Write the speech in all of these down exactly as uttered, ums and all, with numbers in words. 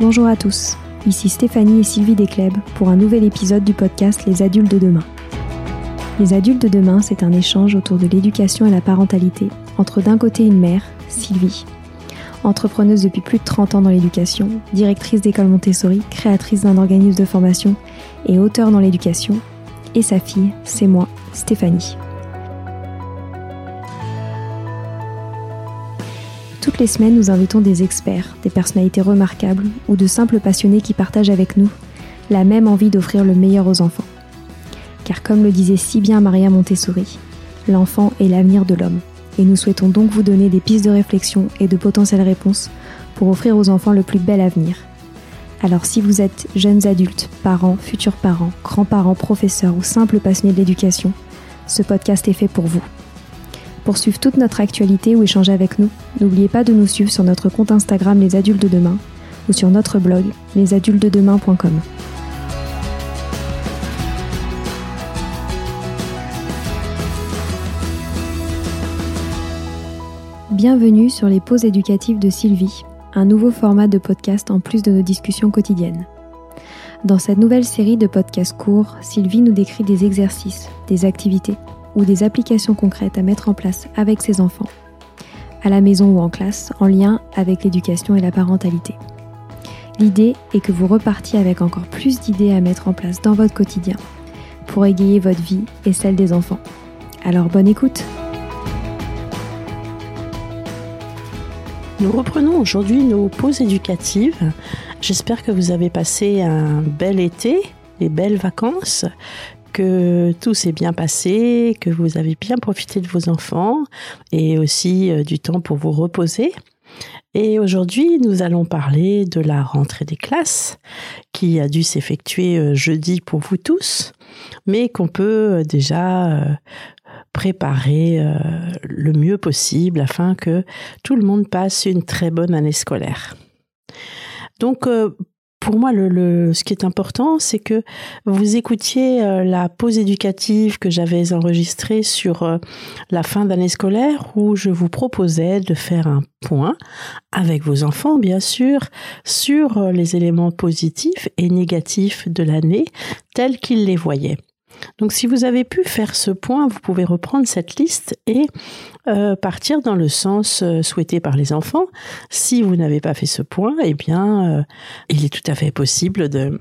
Bonjour à tous, ici Stéphanie et Sylvie Descleb pour un nouvel épisode du podcast Les Adultes de demain. Les Adultes de demain, c'est un échange autour de l'éducation et la parentalité entre d'un côté une mère, Sylvie, entrepreneuse depuis plus de trente ans dans l'éducation, directrice d'école Montessori, créatrice d'un organisme de formation et auteure dans l'éducation, et sa fille, c'est moi, Stéphanie. Toutes les semaines, nous invitons des experts, des personnalités remarquables ou de simples passionnés qui partagent avec nous la même envie d'offrir le meilleur aux enfants. Car comme le disait si bien Maria Montessori, l'enfant est l'avenir de l'homme. Et nous souhaitons donc vous donner des pistes de réflexion et de potentielles réponses pour offrir aux enfants le plus bel avenir. Alors si vous êtes jeunes adultes, parents, futurs parents, grands-parents, professeurs ou simples passionnés de l'éducation, ce podcast est fait pour vous. Pour suivre toute notre actualité ou échanger avec nous, n'oubliez pas de nous suivre sur notre compte Instagram Les Adultes de Demain ou sur notre blog les adultes de demain point com. Bienvenue sur les pauses éducatives de Sylvie, un nouveau format de podcast en plus de nos discussions quotidiennes. Dans cette nouvelle série de podcasts courts, Sylvie nous décrit des exercices, des activités ou des applications concrètes à mettre en place avec ses enfants, à la maison ou en classe, en lien avec l'éducation et la parentalité. L'idée est que vous repartiez avec encore plus d'idées à mettre en place dans votre quotidien pour égayer votre vie et celle des enfants. Alors bonne écoute! Nous reprenons aujourd'hui nos pauses éducatives. J'espère que vous avez passé un bel été, des belles vacances, que tout s'est bien passé, que vous avez bien profité de vos enfants et aussi euh, du temps pour vous reposer. Et aujourd'hui, nous allons parler de la rentrée des classes qui a dû s'effectuer euh, jeudi pour vous tous, mais qu'on peut euh, déjà euh, préparer euh, le mieux possible afin que tout le monde passe une très bonne année scolaire. Donc, euh, pour moi, le, le, ce qui est important, c'est que vous écoutiez euh, la pause éducative que j'avais enregistrée sur euh, la fin d'année scolaire où je vous proposais de faire un point avec vos enfants, bien sûr, sur euh, les éléments positifs et négatifs de l'année tels qu'ils les voyaient. Donc, si vous avez pu faire ce point, vous pouvez reprendre cette liste et euh, partir dans le sens euh, souhaité par les enfants. Si vous n'avez pas fait ce point, eh bien, euh, il est tout à fait possible de,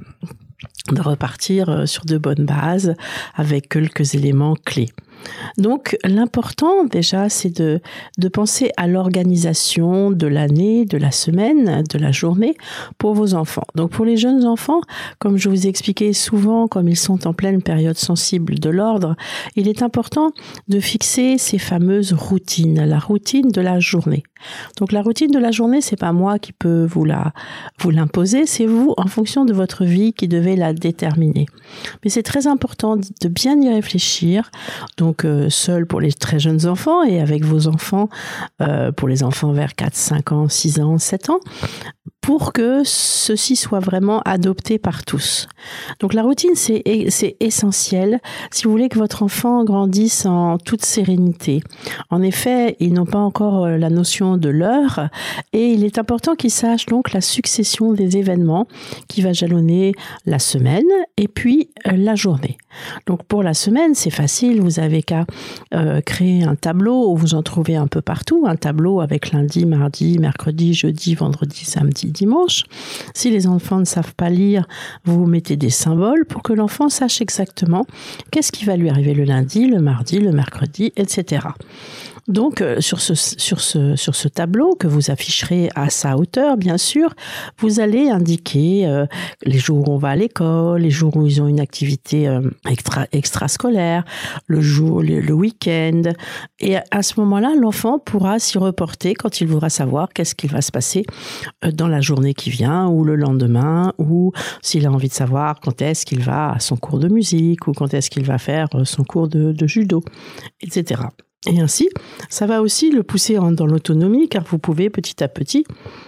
de repartir euh, sur de bonnes bases avec quelques éléments clés. Donc, l'important déjà, c'est de, de penser à l'organisation de l'année, de la semaine, de la journée pour vos enfants. Donc, pour les jeunes enfants, comme je vous ai expliqué souvent, comme ils sont en pleine période sensible de l'ordre, il est important de fixer ces fameuses routines, la routine de la journée. Donc, la routine de la journée, c'est pas moi qui peux vous la, vous l'imposer, c'est vous, en fonction de votre vie, qui devez la déterminer. Mais c'est très important de bien y réfléchir. Donc, Donc, euh, seul pour les très jeunes enfants et avec vos enfants, euh, pour les enfants vers quatre, cinq ans, six ans, sept ans, pour que ceci soit vraiment adopté par tous. Donc, la routine, c'est, c'est essentiel si vous voulez que votre enfant grandisse en toute sérénité. En effet, ils n'ont pas encore la notion de l'heure et il est important qu'ils sachent donc la succession des événements qui va jalonner la semaine et puis euh, la journée. Donc, pour la semaine, c'est facile, vous avez qu'à euh, créer un tableau où vous en trouvez un peu partout, un tableau avec lundi, mardi, mercredi, jeudi, vendredi, samedi, dimanche. Si les enfants ne savent pas lire, vous mettez des symboles pour que l'enfant sache exactement qu'est-ce qui va lui arriver le lundi, le mardi, le mercredi, et cetera. Donc, euh, sur ce, sur ce, sur ce tableau que vous afficherez à sa hauteur, bien sûr, vous allez indiquer euh, les jours où on va à l'école, les jours où ils ont une activité euh, extra, extrascolaire, le jour, le, le week-end. Et à ce moment-là, l'enfant pourra s'y reporter quand il voudra savoir qu'est-ce qu'il va se passer euh, dans la journée qui vient ou le lendemain, ou s'il a envie de savoir quand est-ce qu'il va à son cours de musique ou quand est-ce qu'il va faire son cours de, de judo, et cetera. Et ainsi, ça va aussi le pousser en, dans l'autonomie, car vous pouvez petit à petit,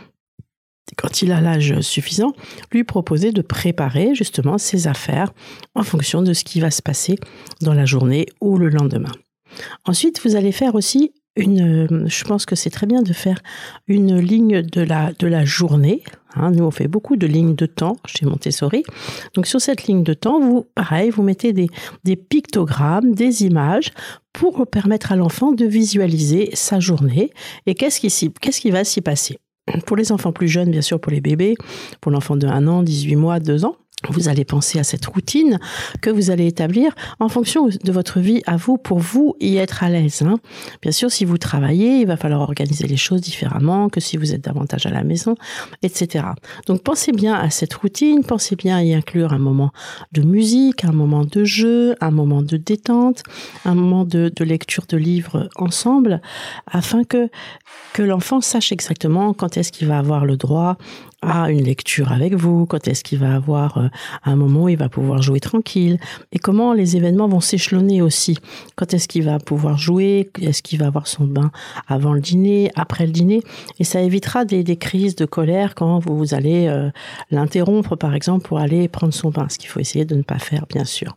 quand il a l'âge suffisant, lui proposer de préparer justement ses affaires en fonction de ce qui va se passer dans la journée ou le lendemain. Ensuite, vous allez faire aussi une, je pense que c'est très bien de faire une ligne de la, de la journée, Hein, nous, on fait beaucoup de lignes de temps chez Montessori. Donc, sur cette ligne de temps, vous, pareil, vous mettez des, des pictogrammes, des images pour permettre à l'enfant de visualiser sa journée et qu'est-ce qui, qu'est-ce qui va s'y passer. Pour les enfants plus jeunes, bien sûr, pour les bébés, pour l'enfant de un an, dix-huit mois, deux ans, vous allez penser à cette routine que vous allez établir en fonction de votre vie à vous, pour vous y être à l'aise. Hein. Bien sûr, si vous travaillez, il va falloir organiser les choses différemment que si vous êtes davantage à la maison, et cetera. Donc, pensez bien à cette routine, pensez bien à y inclure un moment de musique, un moment de jeu, un moment de détente, un moment de, de lecture de livres ensemble, afin que, que l'enfant sache exactement quand est-ce qu'il va avoir le droit à une lecture avec vous, quand est-ce qu'il va avoir euh, un moment où il va pouvoir jouer tranquille, et comment les événements vont s'échelonner aussi. Quand est-ce qu'il va pouvoir jouer, est-ce qu'il va avoir son bain avant le dîner, après le dîner, et ça évitera des, des crises de colère quand vous, vous allez euh, l'interrompre, par exemple, pour aller prendre son bain, ce qu'il faut essayer de ne pas faire, bien sûr.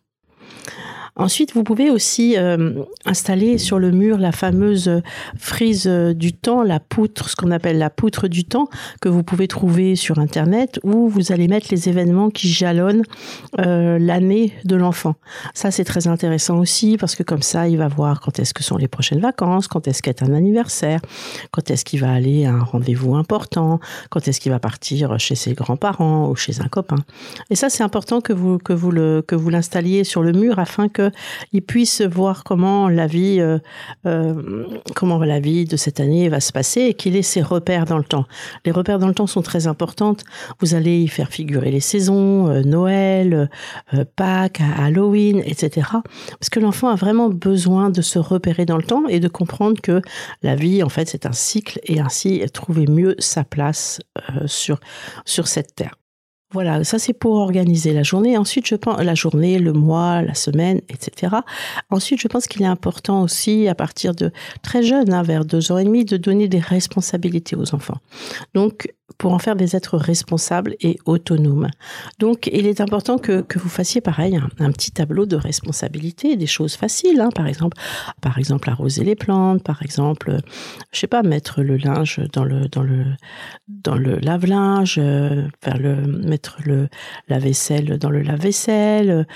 Ensuite, vous pouvez aussi euh, installer sur le mur la fameuse frise du temps, la poutre, ce qu'on appelle la poutre du temps, que vous pouvez trouver sur Internet, où vous allez mettre les événements qui jalonnent euh, l'année de l'enfant. Ça, c'est très intéressant aussi, parce que comme ça, il va voir quand est-ce que sont les prochaines vacances, quand est-ce qu'est un anniversaire, quand est-ce qu'il va aller à un rendez-vous important, quand est-ce qu'il va partir chez ses grands-parents ou chez un copain. Et ça, c'est important que vous, que vous le, que vous l'installiez sur le mur afin que il puisse voir comment la vie, euh, euh, comment la vie de cette année va se passer et qu'il ait ses repères dans le temps. Les repères dans le temps sont très importantes. Vous allez y faire figurer les saisons, euh, Noël, euh, Pâques, Halloween, et cetera. Parce que l'enfant a vraiment besoin de se repérer dans le temps et de comprendre que la vie, en fait, c'est un cycle et ainsi trouver mieux sa place euh, sur, sur cette terre. Voilà, ça c'est pour organiser la journée. Ensuite, je pense la journée, le mois, la semaine, et cetera. Ensuite, je pense qu'il est important aussi, à partir de très jeune, hein, vers deux ans et demi, de donner des responsabilités aux enfants. Donc, pour en faire des êtres responsables et autonomes. Donc, il est important que, que vous fassiez pareil, un, un petit tableau de responsabilités, des choses faciles, hein, par exemple, par exemple arroser les plantes, par exemple, je sais pas, mettre le linge dans le dans le dans le lave-linge, euh, faire le mettre le la vaisselle dans le lave-vaisselle,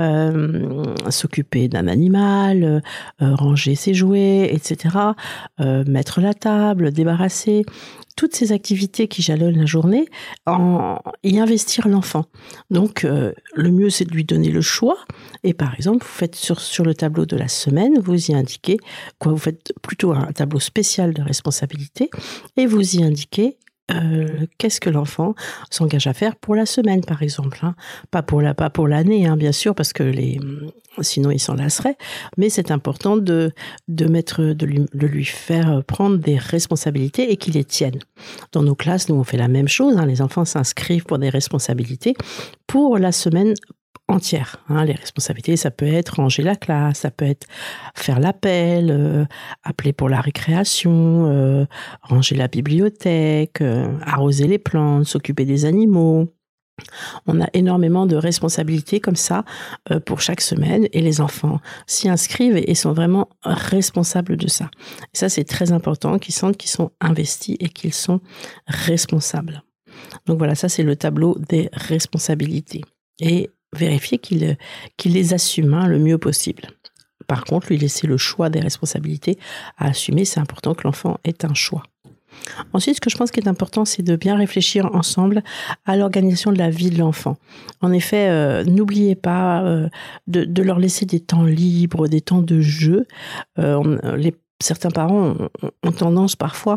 euh, s'occuper d'un animal, euh, ranger ses jouets, et cetera. Euh, mettre la table, débarrasser. Toutes ces activités qui jalonnent la journée, en y investir l'enfant. Donc, euh, le mieux, c'est de lui donner le choix. Et par exemple, vous faites sur, sur le tableau de la semaine, vous y indiquez, quoi, vous faites plutôt un tableau spécial de responsabilité, et vous y indiquez Euh, qu'est-ce que l'enfant s'engage à faire pour la semaine, par exemple, hein. Pas pour la, pas pour l'année, hein, bien sûr, parce que les, sinon il s'en lasserait. Mais c'est important de de mettre, de lui, de lui faire prendre des responsabilités et qu'il les tienne. Dans nos classes, nous on fait la même chose, hein. Les enfants s'inscrivent pour des responsabilités pour la semaine entière. Hein. Les responsabilités, ça peut être ranger la classe, ça peut être faire l'appel, euh, appeler pour la récréation, euh, ranger la bibliothèque, euh, arroser les plantes, s'occuper des animaux. On a énormément de responsabilités comme ça euh, pour chaque semaine et les enfants s'y inscrivent et sont vraiment responsables de ça. Et ça, c'est très important qu'ils sentent qu'ils sont investis et qu'ils sont responsables. Donc voilà, ça c'est le tableau des responsabilités. Et vérifier qu'il, qu'il les assume hein, le mieux possible. Par contre, lui laisser le choix des responsabilités à assumer, c'est important que l'enfant ait un choix. Ensuite, ce que je pense qui est important, c'est de bien réfléchir ensemble à l'organisation de la vie de l'enfant. En effet, euh, n'oubliez pas euh, de, de leur laisser des temps libres, des temps de jeu. Euh, on, les, certains parents ont, ont tendance parfois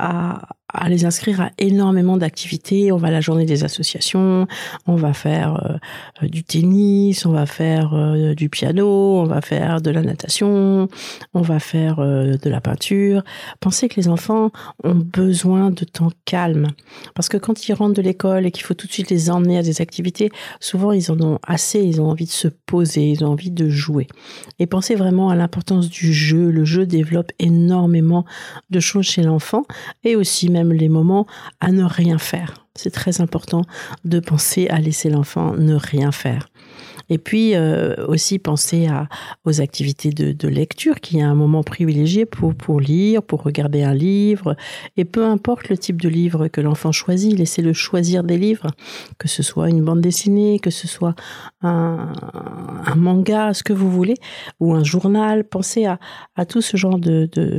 à à les inscrire à énormément d'activités. On va à la journée des associations, on va faire euh, du tennis, on va faire euh, du piano, on va faire de la natation, on va faire euh, de la peinture. Pensez que les enfants ont besoin de temps calme. Parce que quand ils rentrent de l'école et qu'il faut tout de suite les emmener à des activités, souvent ils en ont assez, ils ont envie de se poser, ils ont envie de jouer. Et pensez vraiment à l'importance du jeu. Le jeu développe énormément de choses chez l'enfant et aussi même Même les moments à ne rien faire. C'est très important de penser à laisser l'enfant ne rien faire. Et puis euh, aussi penser à, aux activités de, de lecture, qui est un moment privilégié pour, pour lire, pour regarder un livre. Et peu importe le type de livre que l'enfant choisit, laissez-le choisir des livres, que ce soit une bande dessinée, que ce soit un, un manga, ce que vous voulez, ou un journal. Pensez à, à tout ce genre de, de,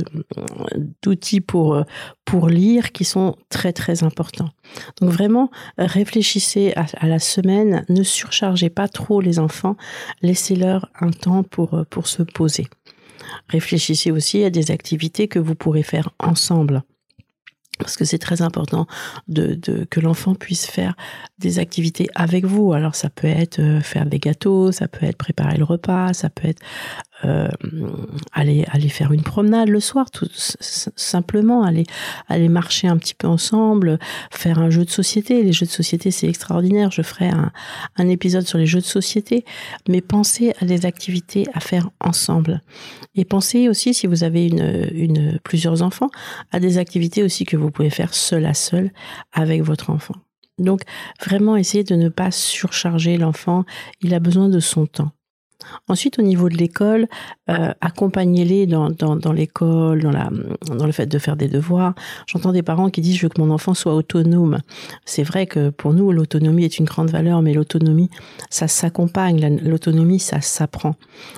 d'outils pour, pour lire qui sont très très importants. Donc vraiment, réfléchissez à, à la semaine, ne surchargez pas trop les enfants, laissez-leur un temps pour, pour se poser. Réfléchissez aussi à des activités que vous pourrez faire ensemble. Parce que c'est très important de, de, que l'enfant puisse faire des activités avec vous. Alors ça peut être faire des gâteaux, ça peut être préparer le repas, ça peut être euh, aller, aller faire une promenade le soir, tout simplement, aller, aller marcher un petit peu ensemble, faire un jeu de société. Les jeux de société, c'est extraordinaire. Je ferai un, un épisode sur les jeux de société. Mais pensez à des activités à faire ensemble. Et pensez aussi, si vous avez une, une, plusieurs enfants, à des activités aussi que vous pouvez faire seul à seul avec votre enfant. Donc, vraiment, essayez de ne pas surcharger l'enfant. Il a besoin de son temps. Ensuite, au niveau de l'école, euh, accompagnez-les dans, dans, dans l'école, dans, la, dans le fait de faire des devoirs. J'entends des parents qui disent « je veux que mon enfant soit autonome ». C'est vrai que pour nous, l'autonomie est une grande valeur, mais l'autonomie, ça s'accompagne. L'autonomie, ça s'apprend.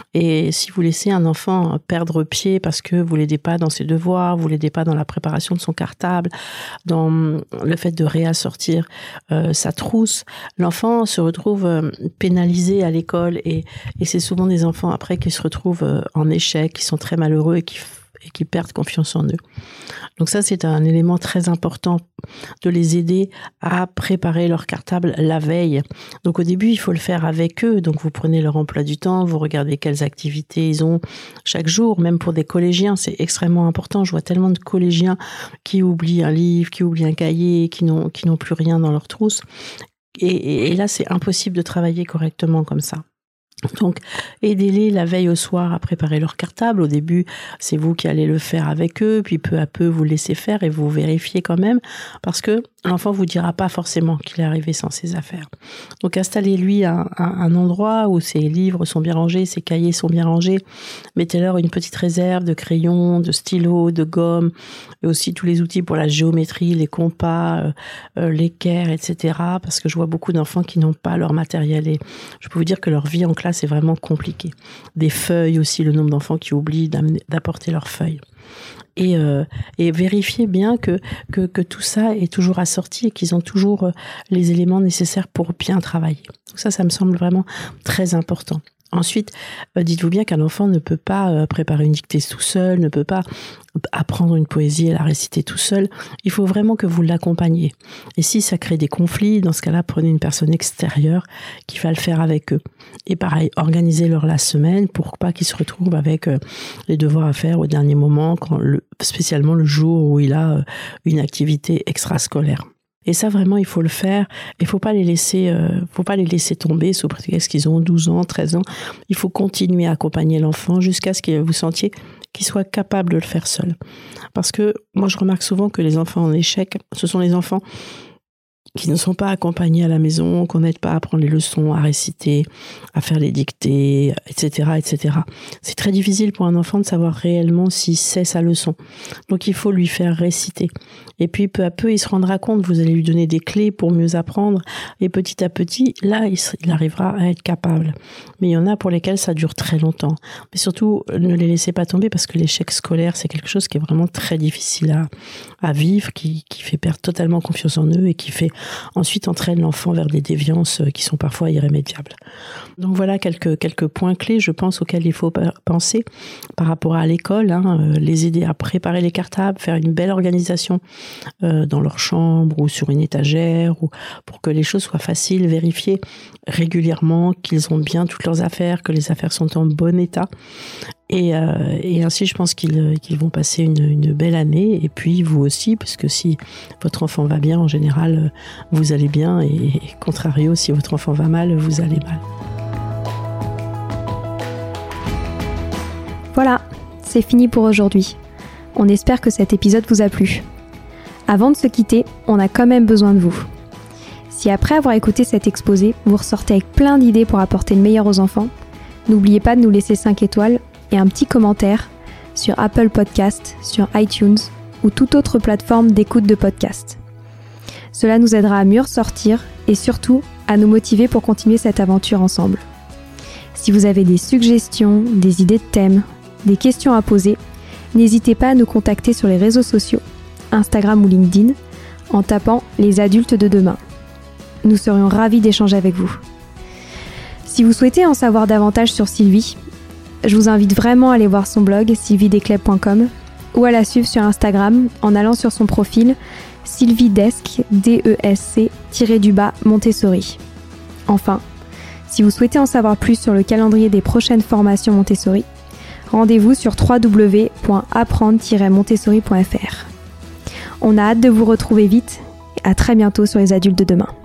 Et si vous laissez un enfant perdre pied parce que vous l'aidez pas dans ses devoirs, vous l'aidez pas dans la préparation de son cartable, dans le fait de réassortir euh, sa trousse, l'enfant se retrouve euh, pénalisé à l'école et, et c'est souvent des enfants après qui se retrouvent en échec, qui sont très malheureux et qui, et qui perdent confiance en eux. Donc ça, c'est un élément très important de les aider à préparer leur cartable la veille. Donc au début, il faut le faire avec eux. Donc vous prenez leur emploi du temps, vous regardez quelles activités ils ont chaque jour. Même pour des collégiens, c'est extrêmement important. Je vois tellement de collégiens qui oublient un livre, qui oublient un cahier, qui n'ont, qui n'ont plus rien dans leur trousse. Et, et, et là, c'est impossible de travailler correctement comme ça. Donc, aidez-les la veille au soir à préparer leur cartable. Au début, c'est vous qui allez le faire avec eux, puis peu à peu, vous laissez faire et vous vérifiez quand même, parce que l'enfant vous dira pas forcément qu'il est arrivé sans ses affaires. Donc, installez-lui un, un, un endroit où ses livres sont bien rangés, ses cahiers sont bien rangés. Mettez-leur une petite réserve de crayons, de stylos, de gomme, et aussi tous les outils pour la géométrie, les compas, euh, l'équerre, et cetera. Parce que je vois beaucoup d'enfants qui n'ont pas leur matériel et je peux vous dire que leur vie en classe c'est vraiment compliqué. Des feuilles aussi, le nombre d'enfants qui oublient d'apporter leurs feuilles. Et, euh, et vérifiez bien que, que, que tout ça est toujours assorti et qu'ils ont toujours les éléments nécessaires pour bien travailler. Donc ça, ça me semble vraiment très important. Ensuite, euh, dites-vous bien qu'un enfant ne peut pas euh, préparer une dictée tout seul, ne peut pas apprendre une poésie et la réciter tout seul. Il faut vraiment que vous l'accompagniez. Et si ça crée des conflits, dans ce cas-là, prenez une personne extérieure qui va le faire avec eux. Et pareil, organisez-leur la semaine pour pas qu'ils se retrouvent avec euh, les devoirs à faire au dernier moment, quand le, spécialement le jour où il a euh, une activité extrascolaire. Et ça, vraiment, il faut le faire. Il faut pas les laisser, euh, faut pas les laisser tomber sous prétexte qu'ils ont douze ans, treize ans. Il faut continuer à accompagner l'enfant jusqu'à ce que vous sentiez qu'il soit capable de le faire seul. Parce que moi, je remarque souvent que les enfants en échec, ce sont les enfants qui ne sont pas accompagnés à la maison, qu'on n'aide pas à prendre les leçons, à réciter, à faire les dictées, et cetera, et cetera. C'est très difficile pour un enfant de savoir réellement s'il sait sa leçon. Donc, il faut lui faire réciter. Et puis, peu à peu, il se rendra compte, vous allez lui donner des clés pour mieux apprendre. Et petit à petit, là, il arrivera à être capable. Mais il y en a pour lesquels ça dure très longtemps. Mais surtout, ne les laissez pas tomber parce que l'échec scolaire, c'est quelque chose qui est vraiment très difficile à, à vivre, qui, qui fait perdre totalement confiance en eux et qui fait ensuite entraîne l'enfant vers des déviances qui sont parfois irrémédiables. Donc voilà quelques, quelques points clés, je pense, auxquels il faut penser par rapport à l'école, hein, les aider à préparer les cartables, faire une belle organisation euh, dans leur chambre ou sur une étagère, ou pour que les choses soient faciles, vérifier régulièrement qu'ils ont bien toutes leurs affaires, que les affaires sont en bon état. Et, euh, et ainsi, je pense qu'ils, qu'ils vont passer une, une belle année. Et puis, vous aussi, parce que si votre enfant va bien, en général, vous allez bien. Et, et contrario, si votre enfant va mal, vous allez mal. Voilà, c'est fini pour aujourd'hui. On espère que cet épisode vous a plu. Avant de se quitter, on a quand même besoin de vous. Si après avoir écouté cet exposé, vous ressortez avec plein d'idées pour apporter le meilleur aux enfants, n'oubliez pas de nous laisser cinq étoiles et un petit commentaire sur Apple Podcast, sur iTunes ou toute autre plateforme d'écoute de podcast. Cela nous aidera à mieux ressortir et surtout à nous motiver pour continuer cette aventure ensemble. Si vous avez des suggestions, des idées de thèmes, des questions à poser, n'hésitez pas à nous contacter sur les réseaux sociaux, Instagram ou LinkedIn, en tapant « Les adultes de demain ». Nous serions ravis d'échanger avec vous. Si vous souhaitez en savoir davantage sur Sylvie, je vous invite vraiment à aller voir son blog sylvie descleb point com ou à la suivre sur Instagram en allant sur son profil sylviedesc, D E S C, tiré du bas, Montessori. Enfin, si vous souhaitez en savoir plus sur le calendrier des prochaines formations Montessori, rendez-vous sur w w w point apprendre tiret montessori point f r. On a hâte de vous retrouver vite et à très bientôt sur les adultes de demain.